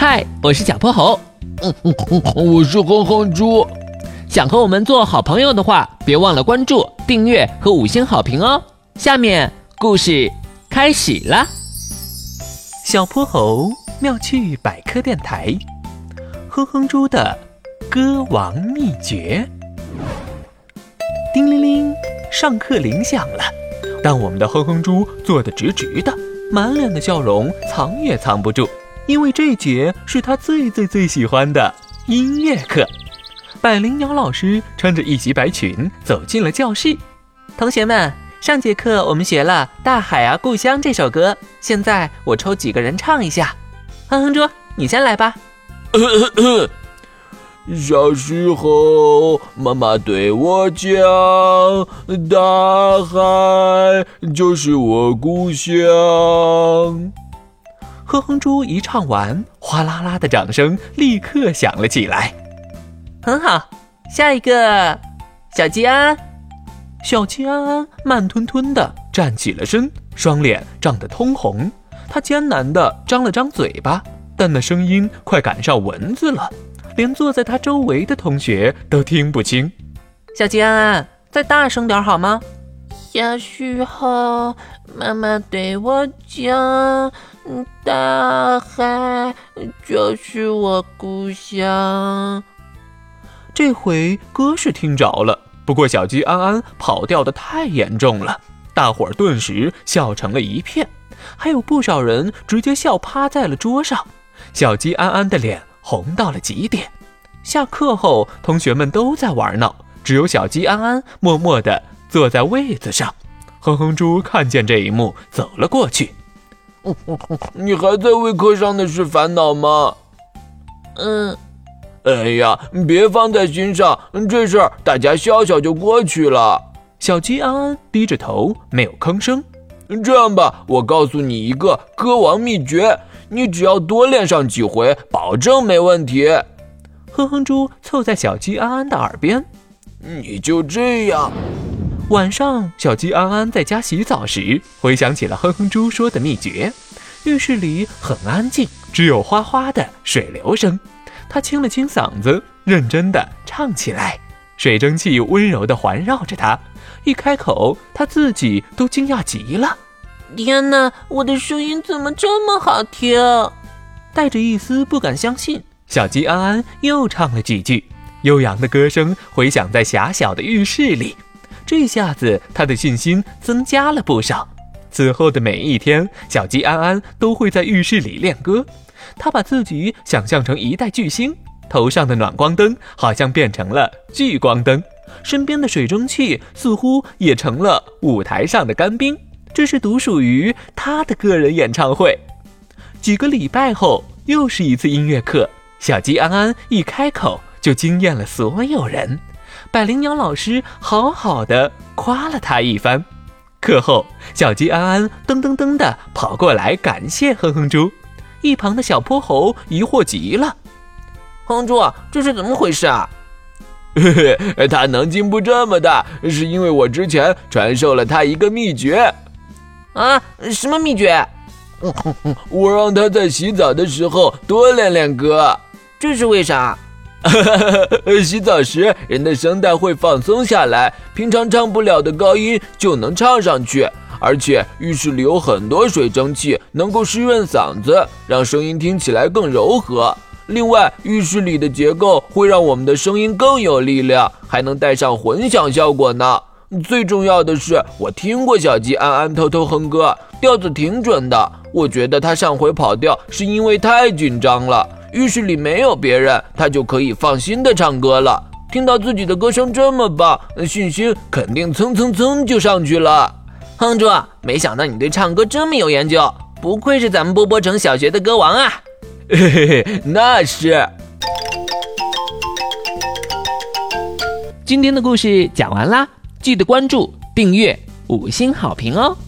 嗨，我是小泼猴。 我是哼哼猪。 想和我们做好朋友的话，别忘了关注、订阅和5星好评哦。下面故事开始啦。 小泼猴妙趣百科电台，哼哼猪的歌王秘诀。叮铃铃，上课铃响了。但我们的哼哼猪坐得直直的，满脸的笑容藏也藏不住，因为这节是他最喜欢的音乐课。百灵鸟老师穿着一袭白裙走进了教室。同学们，上节课我们学了《大海啊故乡》这首歌，现在我抽几个人唱一下。哼哼猪，你先来吧。 小时候，妈妈对我讲，大海就是我故乡。 哼哼猪一唱完，哗啦啦的掌声立刻响了起来。很好，下一个，小鸡安安。小鸡安安慢吞吞地站起了身，双脸涨得通红。他艰难地张了张嘴巴，但那声音快赶上蚊子了，连坐在他周围的同学都听不清。小鸡安安，再大声点好吗？ 小时候，妈妈对我讲，大海就是我故乡。 这回歌是听着了，不过小鸡安安跑调得太严重了，大伙儿顿时笑成了一片，还有不少人直接笑趴在了桌上。小鸡安安的脸红到了极点。下课后，同学们都在玩闹，只有小鸡安安默默地坐在位子上。哼哼猪看见这一幕，走了过去。 你还在为课上的事烦恼吗？哎呀，别放在心上，这事儿大家笑笑就过去了。 小鸡安安低着头，没有吭声。 这样吧，我告诉你一个歌王秘诀，你只要多练上几回，保证没问题。 哼哼猪凑在小鸡安安的耳边。 你就这样。 晚上，小鸡安安在家洗澡时，回想起了哼哼猪说的秘诀。浴室里很安静，只有哗哗的水流声。他清了清嗓子，认真地唱起来。水蒸气温柔地环绕着他，一开口，他自己都惊讶极了。 天哪，我的声音怎么这么好听？ 带着一丝不敢相信，小鸡安安又唱了几句，悠扬的歌声回响在狭小的浴室里。这下子他的信心增加了不少。此后的每一天，小鸡安安都会在浴室里练歌。他把自己想象成一代巨星，头上的暖光灯好像变成了聚光灯，身边的水蒸气似乎也成了舞台上的干冰。这是独属于他的个人演唱会。几个礼拜后，又是一次音乐课，小鸡安安一开口就惊艳了所有人。百灵鸟老师好好的夸了他一番。课后，小鸡安安噔噔噔的跑过来感谢哼哼猪。一旁的小泼猴疑惑极了。 哼哼猪，这是怎么回事啊？ 他能进步这么大，是因为我之前传授了他一个秘诀。 啊，什么秘诀？ 我让他在洗澡的时候多练练歌。 这是为啥？ 洗澡时人的声带会放松下来，平常唱不了的高音就能唱上去，而且浴室里有很多水蒸气，能够湿润嗓子，让声音听起来更柔和。另外，浴室里的结构会让我们的声音更有力量，还能带上混响效果呢。最重要的是，我听过小鸡安安偷偷哼歌，调子挺准的。我觉得他上回跑调是因为太紧张了，浴室里没有别人，他就可以放心的唱歌了。听到自己的歌声这么棒，信心肯定蹭就上去了。 哼猪，没想到你对唱歌这么有研究，不愧是咱们波波城小学的歌王啊！ 那是。 今天的故事讲完啦，记得关注、订阅、5星好评哦。